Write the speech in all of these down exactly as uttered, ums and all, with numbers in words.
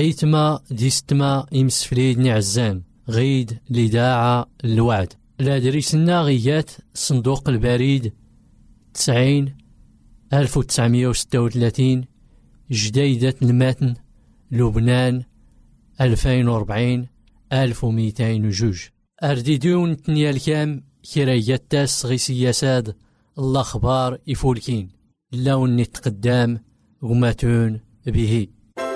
غيتما ديستما يمسفليد نعزان غيد لداعة الوعد لا دريسنا غيات صندوق البريد تسعين ألف وتسعمية وستة وثلاثين جديدة المتن لبنان ألفين وربعين ألف ومئتين وجوج أرديدون تنيا الكام كرايات تاس غي سياساد الأخبار يفولكين اللون نتقدام وماتون به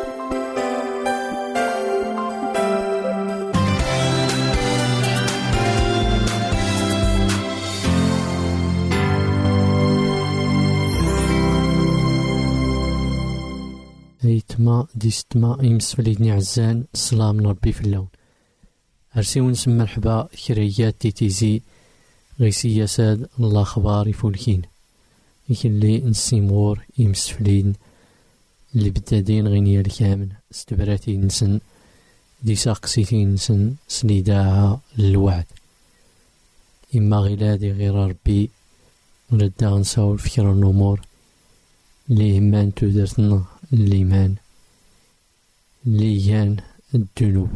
ايتما ديستما يمسفليدني عزان السلام ربي في اللون ارسيو نسمى مرحبا كريات تيتيزي غي سياساد الله خبار يفولكين يكلي نسيمور يمسفلين اللي بدادين غينيا الكامل استبراتي نسن دي ساقسيتي نسن سنيداعة للوعد إما غلادي غير ربي وندا غنساول فكرة الأمور اللي همان تودرتنا الإيمان ليان الذنوب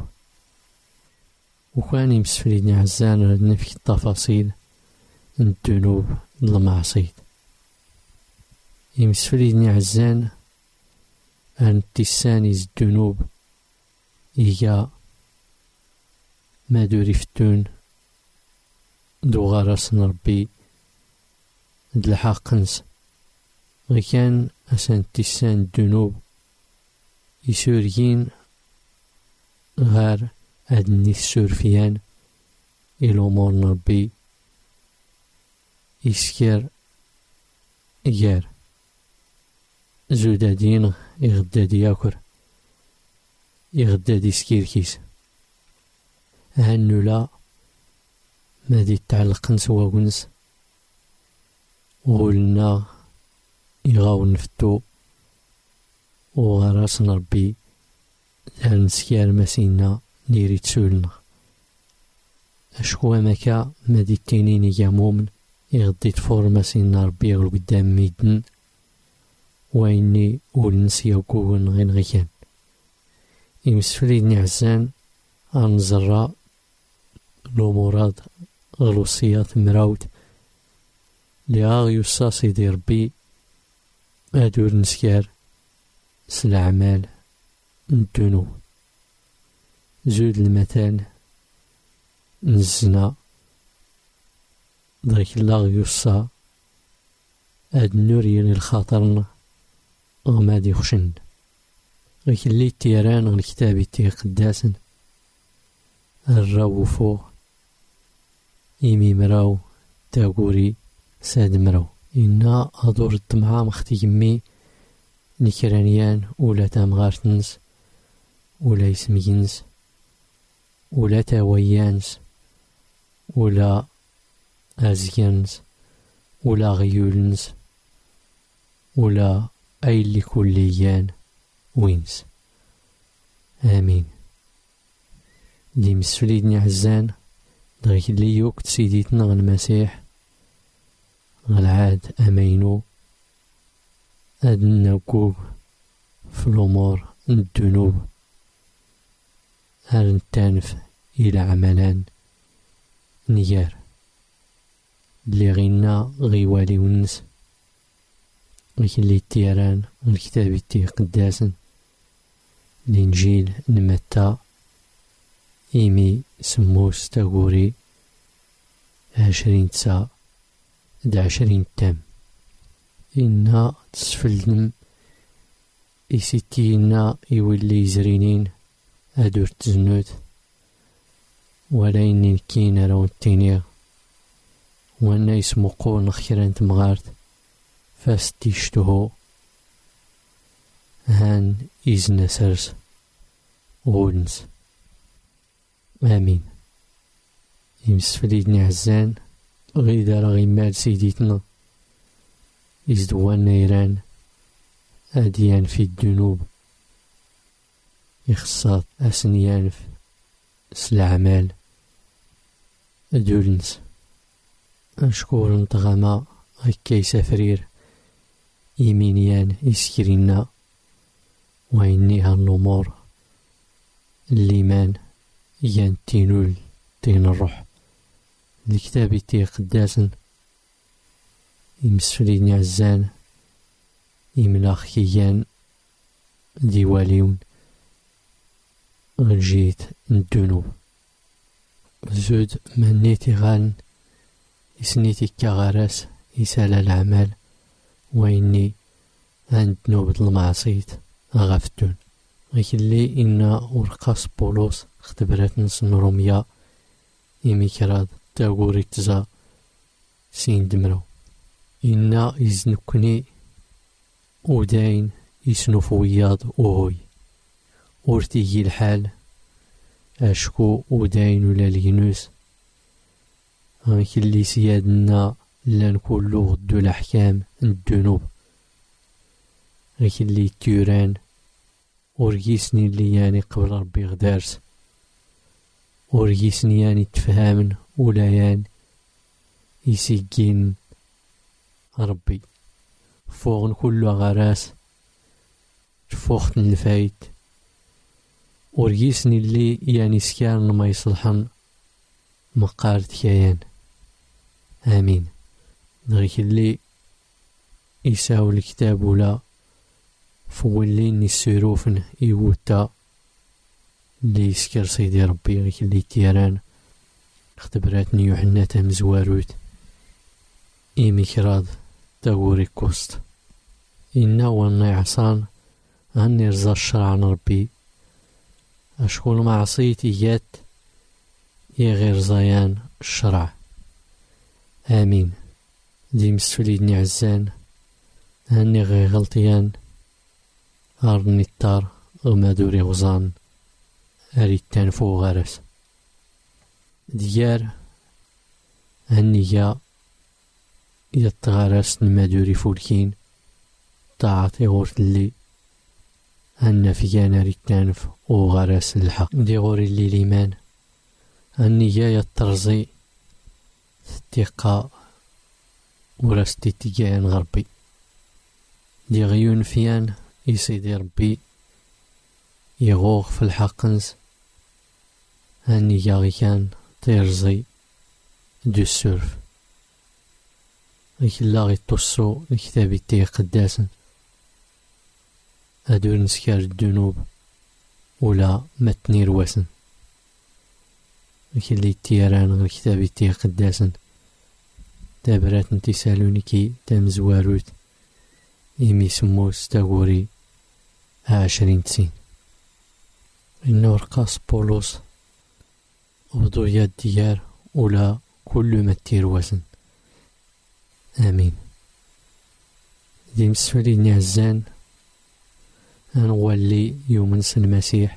وكان يمسفليني عزان ردنا في التفاصيل الذنوب المعصية يمسفليني عزان أن تساني الذنوب إيجا ما دوري فتون دو غارس ربي دلحاقنس غيكان أسان تسان الذنوب يسوريين غار أدني السورفيان الأمور ربي يسكر إيار زودادين يغداد ياكر يغداد يسكيركيس هانو لا مادي تعلق نسوا ونس وغلنا يغاون نفتو وغراس ربي دار نسكير مسينا نيري تسولنا أشكوا مكا مادي التنين يامومن يغدي تفور مسينا ربي يغلو قدام ميدن وإني ولنس يوكوغن غين غيكان يمسفليدني عزان عن زراء لو مراد غلوصيات مراود لأغ يصاصي دي ربي أدور نسكار سالعمال الذنوب زود المثال نزنا ذاك اللاغ يصا أد نوري للخاطرنا غمادي خشن غيك اللي تيران الكتاب تي قداسن الراو فوق إيمي مراو تاقوري ساد مراو إنا أدور الطمعة مختي يمي نكرانيان ولا تامغارتنس ولا يسمينس ولا تاويانس ولا أزيانس ولا غيولنس ولا أي اللي كليان وينس آمين دي مسفليدني عزان دغيك اللي يوكت سيديتنا المسيح غالعاد أمينو أدنا كوب في الأمور الذنوب هل نتانف إلى عملان نيار اللي غينا غيوالي ونس لكن اللي تيران الكتاب تي قداسن الإنجيل نمتا إيمي سموس تاغوري عشرين تسا دا عشرين تام إنا تسفلنم إسيتينا يولي زرينين أدور تزنوت ولا إني نكين راون التينيغ وانا يسمقون نخيران تمغارت فاستيشتهو هان إزنا سرس غولنس آمين يمسفليدني عزان غيدار غيمال سيديتنا إزدوان نيران أديان في الذنوب يخصات أسنيان في سلعمال أدولنس أشكور نتغما هكا سفرير يمينيان يسكرينا وإني هالنمور الليمان ين تينول تين الروح الكتاب تي قداسن يمسفلين عزان يملاخ كيان ديواليون غنجيت الدنوب زود منيتي غان يسنيتي كغارس يسال العمل وإني عند نوبة المعصيت أغافتون غيكلي إنا ورقاس بولوس اختبرات نسن روميا إميكراد تاغوري تزا سين دمرو إنا يزنكني وداين يسنوفو وياض وهوي ورتيجي الحال أشكو وداين ولا لينوس غيكلي سيادنا لان كلو غدو الأحكام الذنوب غيكلي تيران ورقيسني اللي يعني قبل ربي غدارس ورقيسني يعني تفهمن وليان يسيقين ربي فوغن كل غراس فوختن الفايت ورقيسني اللي يعني سكان ما يصلحن مقارد كيان آمين نغيك اللي يساو الكتاب ولا فولين السروفن يوتا اللي يسكر سيدي ربي غيك اللي تيران اختبراتني يوحنا تمزواروت إيمي كراد تاغوري كوست إنا وانا عصان أني رزا الشرع عن ربي أشكول معصيتي يات يغير زيان الشرع آمين دي مسفليدني عزان أني غي غلطيان أرني الطار وما دوري غزان أريد تنفو غارس ديار هنيا يتغارس نمادوري فولكين طاعتي غورت اللي أن في جانا ريد تنف وغارس الحق دي غوري اللي ليمان هنيا يترزي ثقة ورستي تجان غربي دي غيون فيان يسيدي ربي يغوغ في الحقنز هاني ياغي كان تيرزي دو السرف غيك اللاغي توصو الكتابي تي قداسن أدور نسكار الدنوب ولا متنير واسن غيك اللي تيران الكتابي تي قداسن تابرات نتسالونيكي تامزواروت إيمي سموس تاغوري عشرين تسين إنه رقاص بولوس وضويات ديار ولا كل ما تير وزن آمين دي مسفلي نعزان أنولي يومنس المسيح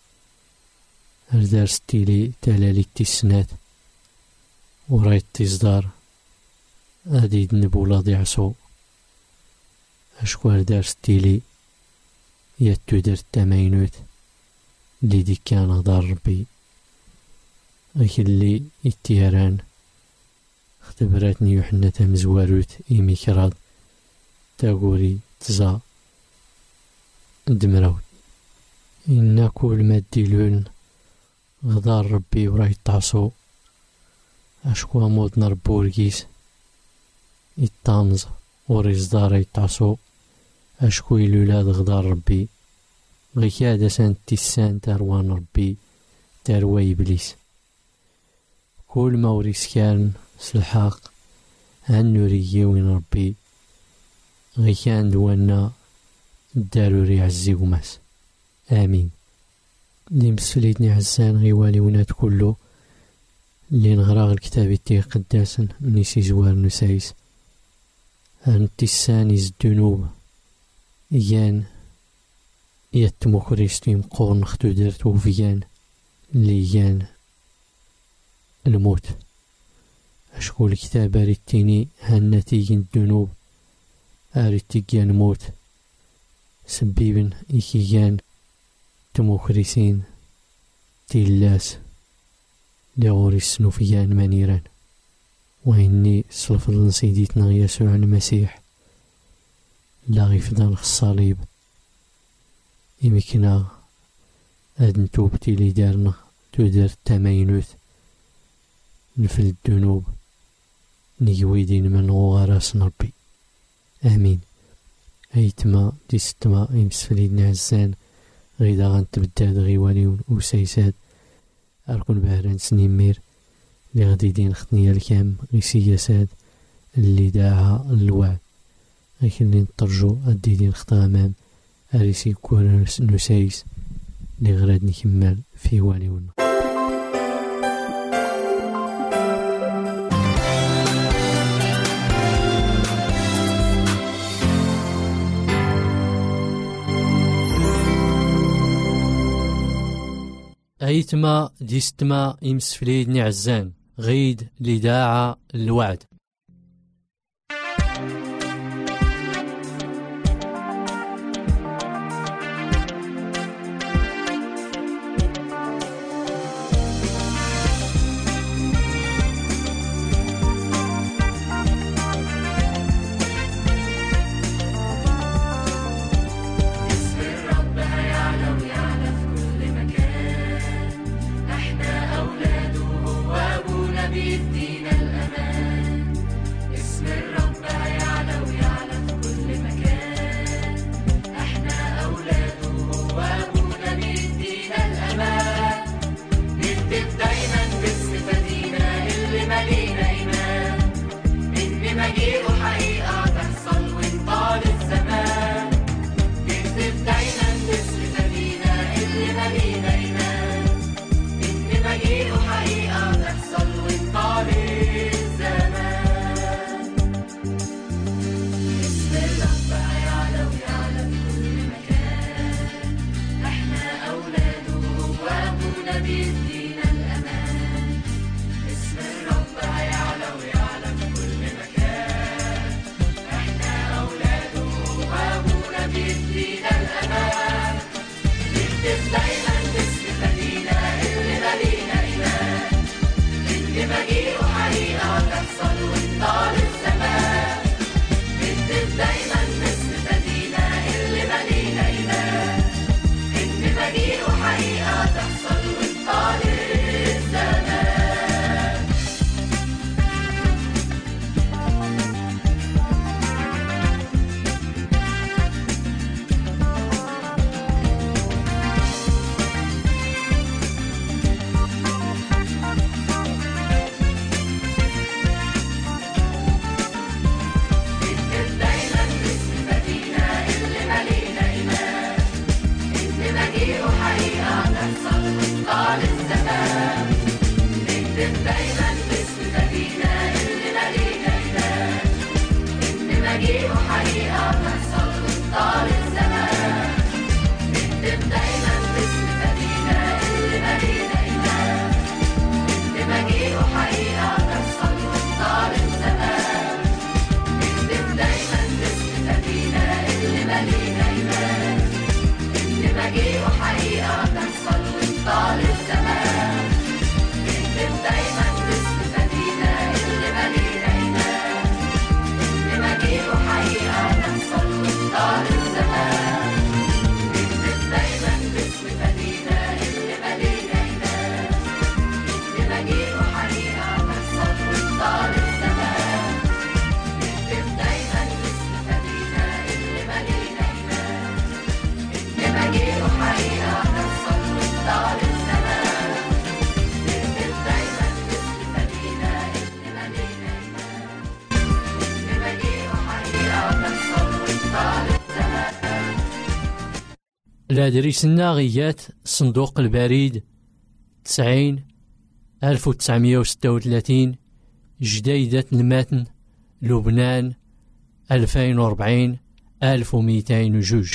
أردار ستيلي تلالي التسنات ورايت تصدار أديد نبولا ضيعسو أشكوار دار ستيلي يتو در التماينوت اللي دي كان دار ربي غيك اللي اتياران اختبراتني يوحنا تمزواروت إيمي كراد تاغوري تزا دمراوت إنا كل ما ديلون غدار ربي وراي تعصو أشكوا مود نربورجيس الطامز وريز داري تعصو أشكو الولاد غدار ربي غيكاد سان تيسان تروان ربي تروى إبليس كل ما وريس كان سلحاق عن نوري وين ربي غيكان دوانا الداروري عزي وماس آمين دي مسفليتني عزان غيوالي ونات كله اللي نغراغ الكتاب تي قداسن نيسي زوار نسايس عن تيسان الذنوب يان يتمو كريستيم قورن ختو درت وفيان اللي يان الموت أشكو الكتاب أريتيني هالنتيجة الذنوب أريتيجان موت سبيبن إيكيان تمو كريسين تيلاس لغوري السنوفيان منيران وإني صلفضن سيديتنا يسوع المسيح لا غيفضان الصليب يمكنا هاد نتوبتي لي دارنا تودر التماينوت نفل الذنوب نيويدين من غراس ربي. امين. ايتما دي ستما يمسفليدنا عزان غيدا غنتبداد غيواليون وسيساد اركون بهران سنيمير لي غادي دين خطنيا الكام غي سياساد اللي داعها الوعد غيخلي نطرجو ادي دين خطا امام اريسي كون نسايس لي غراد نكمل في واليون. ايتما ديستما يمسفليدني عزان غيد لداعة الوعد. لادريسنا غيات صندوق البريد تسعين ألف وتسعمية وستة وثلاثين جديدة المتن لبنان ألفين وأربعين ألف ومئتين وجوج.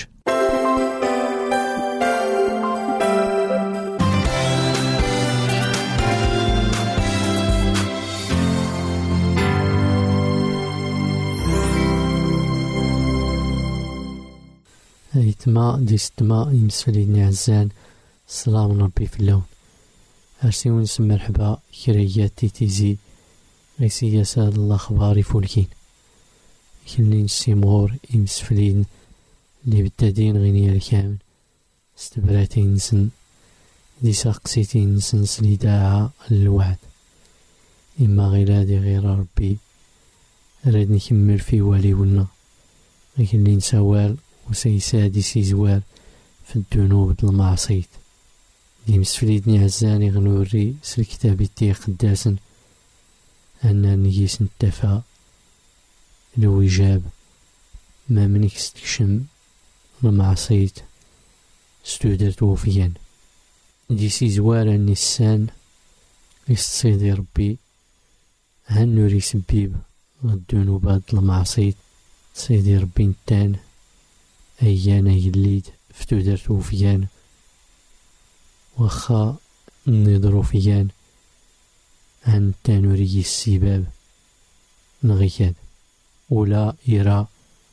ايتما ديستما يمسفليدني عزان السلام ربي في اللون هرسي ونسم مرحبا كريات تيتيزي غيسي يساد الله خباري فولكين كلين السيمور يمسفلين اللي بالتدين غينيا الكامل استبراتين نسن دي ساقسيتي نسنس لي داعا الوعد إما غير هادي غير ربي راد نكمل في والي ولنا لكن لي نسوال وسيسادي سيزوار في الذنوب د المعصيت دي مسفليدني عزاني غنوري سل كتابي تي قداسن أنا نجيس نتفا لو إجاب ما منك استكشم المعصيت ستودرت وفيان دي سيزوار النسان يستصيدي ربي هنوري سبيب الذنوب د المعصيت سيدي ربي نتان أيانا يليد فتودرت وفيان وخا نضرو فيان عن تانوري السباب نغيكاد ولا يرى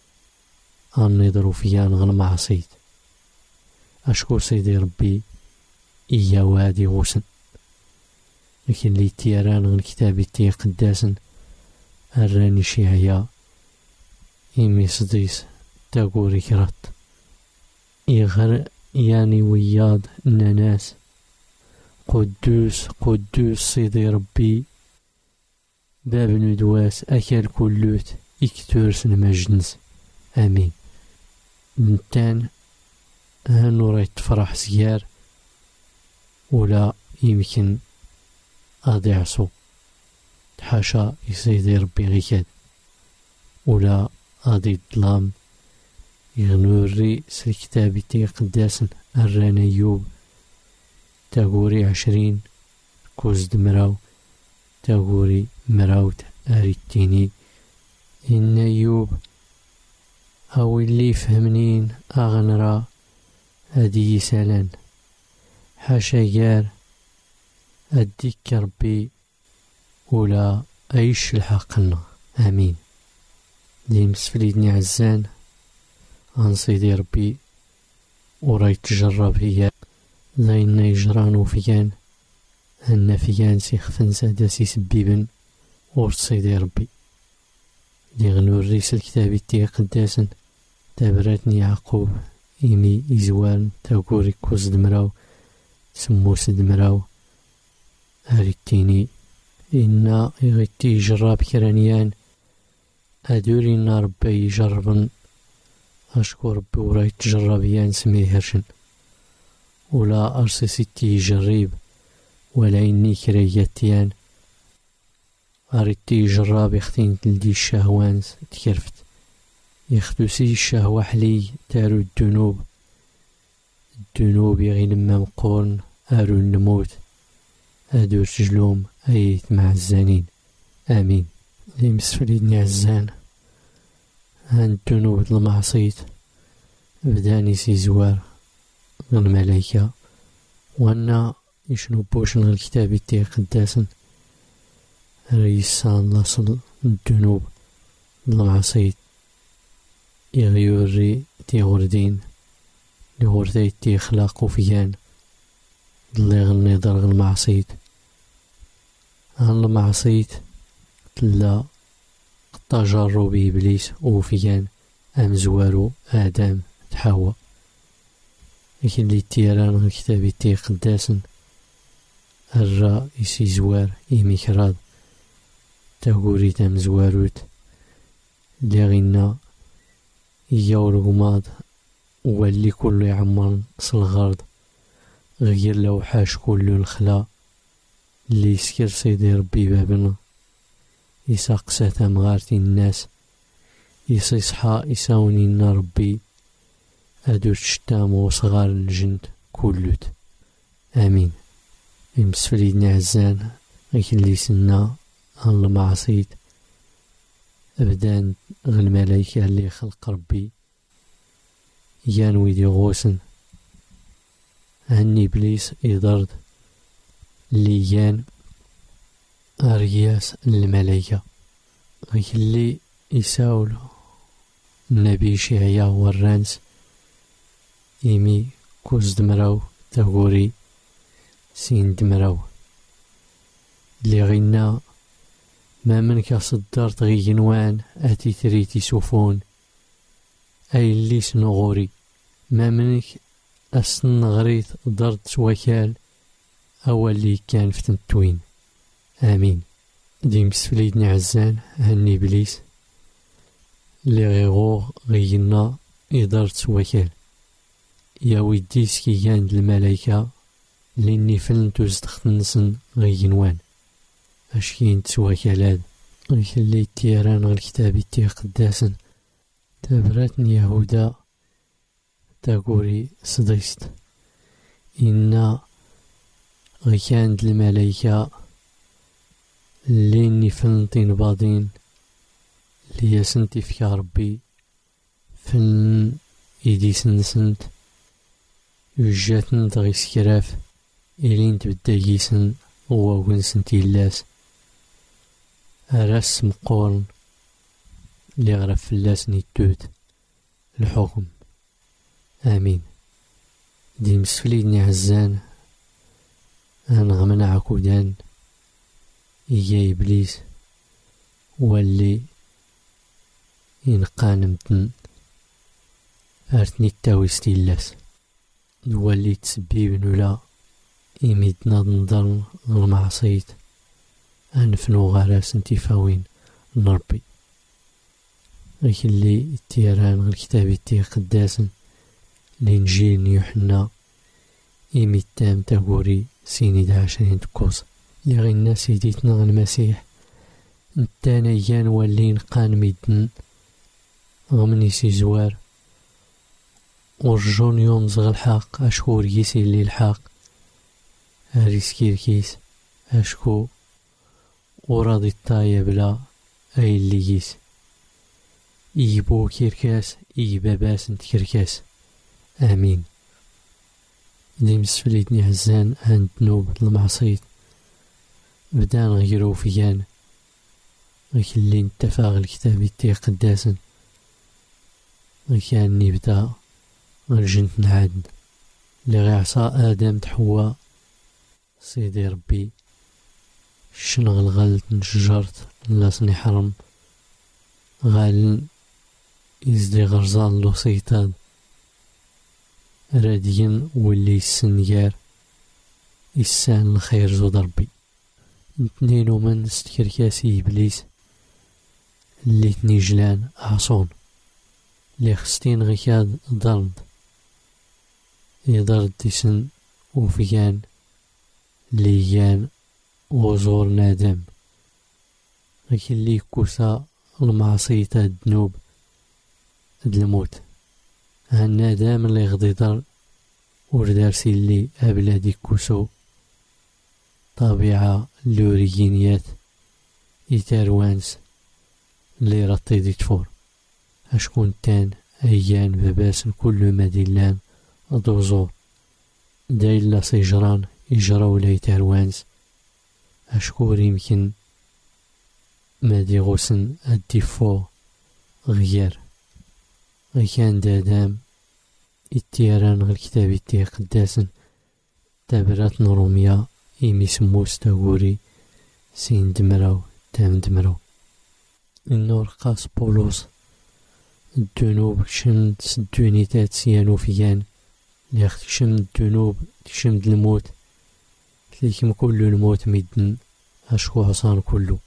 أن نضرو فيان غن معصيت أشكر سيدي ربي إيا وادي غوسن لكن لي تيران غن كتابي تي قداسن أراني شيعيا إيمي صديس تاقوري كرات إغر يعني وياض الناس قدوس قدوس سيدي ربي باب ندواس أكل كلوت إكتورس المجنس آمين نتان هانو راي تفرح سيار ولا يمكن أضيعسو تحاشا يسيدي ربي غيكاد ولا أضي الظلام يغنوري سل كتابي تي قداسن الرانا يوب تاقوري عشرين كوز دمراو تاقوري مراوت أريتيني إن يوب أو اللي فهمنين أغنرا هدي سالان حاشا جار أديك ربي ولا أيش الحقنا آمين دي مسفليدني عزان عن سيدي ربي وراي تجرب هي لين يجرانو فيان أن فيان سيخفن سادسي سبيبا ورد سيدي ربي دي غنور ريس الكتاب تي قداسا تابراتني يعقوب إيمي إزوان تاقوري كوز دمراو سموس دمراو هاريتيني إنا إغيتي جراب كرانيان أدوري نا ربي يجربن أشكر ربي وراي تجربيان سمي هرشن ولا أرسسيتي يجرب ولا إني كرياتيان أريتي جراب يختين تلدي الشهوان تكرفت يخدوسي الشهوة حلي تارو الذنوب الذنوب يغين ما مقورن أرو النموت أدور تجلوم أيت مع الزانين آمين لي مسفليدني عزان عن الذنوب المعصيت بداني سي زوار من الملائكة وانا يشنو بوشن الكتاب تي قداسا ريسان لاصل الذنوب المعصيت يغيوري تي غردين لغردي تي خلاقو فيان اللي غني درغ المعصيت عن المعصيت تلا تجرب إبليس وفيان أم زوارو آدم تحاوى لكن لي تيران الكتاب تي قداسا الرا يسي زوار إيميكراد تاقوري تام زواروت اللي غينا يور غماض واللي كله يعمر صالغارد غير لو حاش كله الخلا اللي يسكر سيدي ربي بابنا يساقسا تمغارتي الناس يصيصحا يساونينا ربي أدور شتام وصغار الجند كلوت آمين المسفليدنا عزان لكن اللي سنا الله معصيت أبدان غالملايكة اللي خلق ربي يان ويدي غوسن هني إبليس يضرد اللي يان أرياس الملايكة لكن اللي يساول النبي شيعيا والرانس إيمي كوز دمراو تاقوري سين دمراو اللي غينا ما منك صدرت غي جنوان أتي تريتي سوفون أي اللي سنغوري ما منك أسن غريت درت وكال أول اللي كان في تنتوين. آمين. ديم سفليدنا عزان هني إبليس اللي غيغوغ غينا إدارة سواكال يا ويديس كي كان الملايكة لاني فلنتو زدختنسن غينوان اش كاين تسواكالاد غيخلي التيران غير كتابي تي قداسن تبراتن يهودا تاكوري صديست إنا غيكان الملايكة لاني فلنطين باضين ليسنتي فيك ربي فن إيدي سنسنت يجاتن دغي سكراف إلين تبدا يسن هو ونسنتي اللاس أراس مقورن اللي غرف فلاس نيتوت الحكم. آمين. ديم سفليدني عزان أنغمنا عكودان إيا إبليس واللي ينقانمتن أرتني التاويستي اللاس واللي تسبيب نولا إميدنا نضر المعصيت أنفنو غراس انتفاوين نربي غيك اللي التيران غير كتابي تي قداسن الإنجيل يوحنا إميد تام تاقوري سينيد عشرين تكوز اللي غي الناس يديتنا المسيح نتانا يان واللي نقان ميدن غمني سي زوار ورجون يوم زغ الحق أشكور يسي اللي الحق هاريسكير كيس أشكو وراضي الطايب لا أي اللي يس إيبو كيركاس إيباباس نتكركاس. آمين. ديم سفليتني عزان عند نوب المعصيت بدان غيرو فيان غيك اللي نتفاغ الكتاب تي قداسن غيكان نبدا غرجنت نعاد اللي غيعصى آدم تحوى سيدي ربي شنغل غلط نشجرت لاسني حرم غالن يزدي غرزان لو سيطان راديا واللي السنيار إسان الخير زود ربي اثنين ومن استكركاسي إبليس اللي تنيجلان عصون اللي خستين غيكاد ضرد يضرد ديسن وفيان ليان وزور نادم غيك اللي كوسا المعصية الذنوب الموت هالنادم اللي غدي ضر وردارسي اللي أبلادي كوسو طبيعة لوريجينيات إيتاروانس اللي رطي دي تفور أشكون تان أيان بباسن كل مدينان دوزور دايلا سيجران إجراو ليتاروانس أشكور يمكن مادي غوسن الدفو غير غيكان دادام التيران غير كتابي تي قداسن تابرات نروميا إيمي سموس تاغوري سين دمراو تام دمراو النور قاس بولوس الدنوب كشم سدونيتات سيانو فيان ليخ تكشم الدنوب تكشم الموت تليكم كل الموت ميدن أشكو عصان كله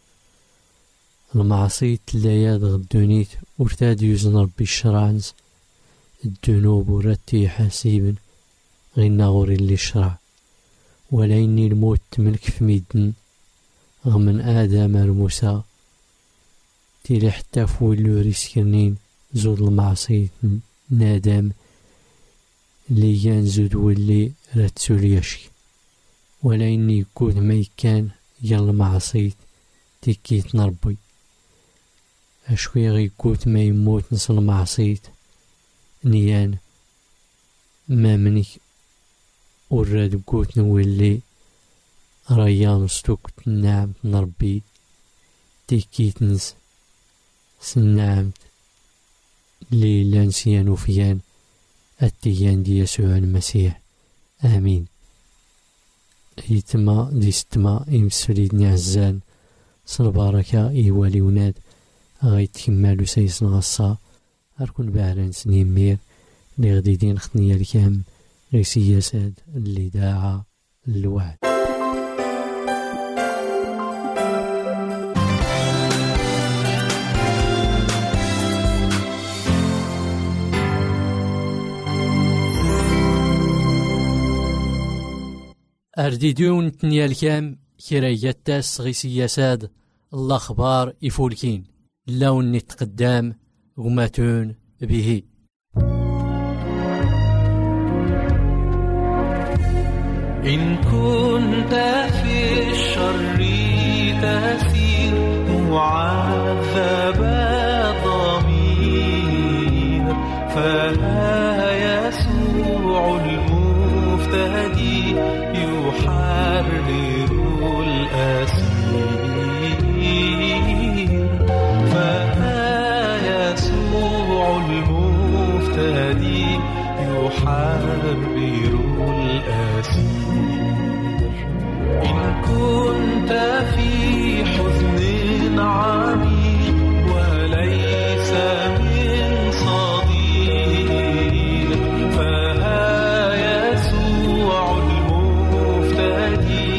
المعصية تلاياد غدونيت ورتاد يوزن ربي الشرعنز الدنوب ورتي حاسيبن غينا غوري اللي الشرع ولا إني الموت تملك في ميدن غمن آدم الموسى تيلي حتى فولو ريسكرنين زود المعصية نادم اللي كان زود واللي راتسولياشي ولا إني يكون ميكان يلا معصية تكيت نربي أشوي غيكوت ما يموت نصل معصيت نيان ما منك وراد قوت نولي ريان ستوك نعم نربي تكيت نس سنعمت لي لانسيان وفيان التيان دي يسوع المسيح. آمين. يتما ديستما إمسفليدني عزان صنباركا إيوالي وناد غايت كمالو سيسن غصا أركن بعران سنين مير لي غديدين خطنيا الكام غيسي يساد اللي داعا الوعد. أرديدون تنيا الكام كرايتاس غيسي ساد الأخبار إفولكين لون نتقدام غماتون به. إن كنت في الشر تسير معذب ضمير فها يسوع المفتدي يحرر الأسير فها يسوع المفتدي يحرر الأسير. إن كنت في حزن عميق وليس من صديق فها يسوع المفتدي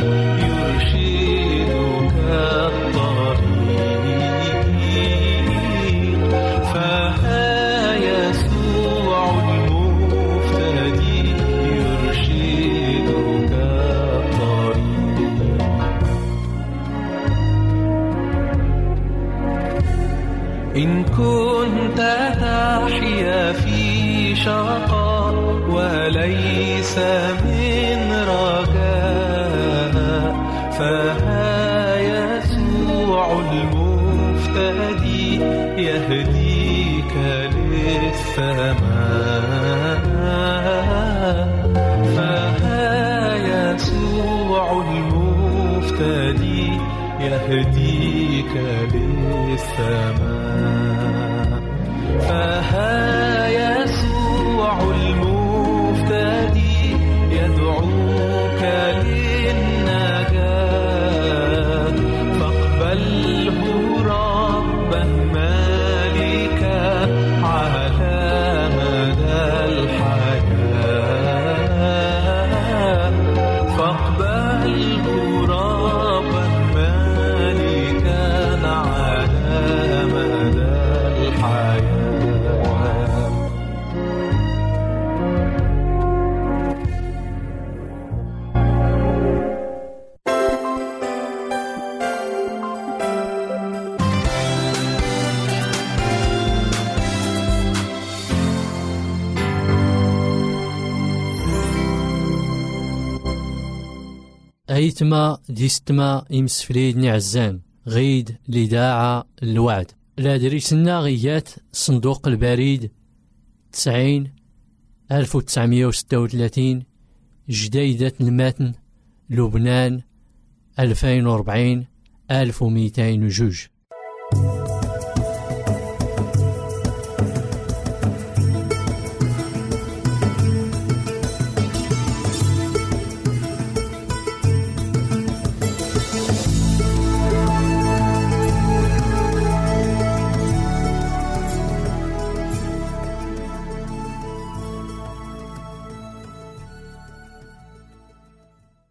يرشدك الطريق فها يسوع المفتدي يرشدك الطريق. إن كنت تحيا في شقاء وليس من رجاء فها يسوع المفتدي يهديك للسماء فها يسوع المفتدي يهديك للسماء فها يسوع المفتدي يدعوك للنجاة فاقبله ربا مالكا على مدى الحياة فاقبله ربا مالكا على مدى الحياة. أيتما ديستما إمسفليد نعزان غيد لداعة الوعد لا دريسنا غيات صندوق البريد تسعين ألف وتسعمية وستة وثلاثين جديدة المتن لبنان ألفين وربعين ألف ومئتين وجوج.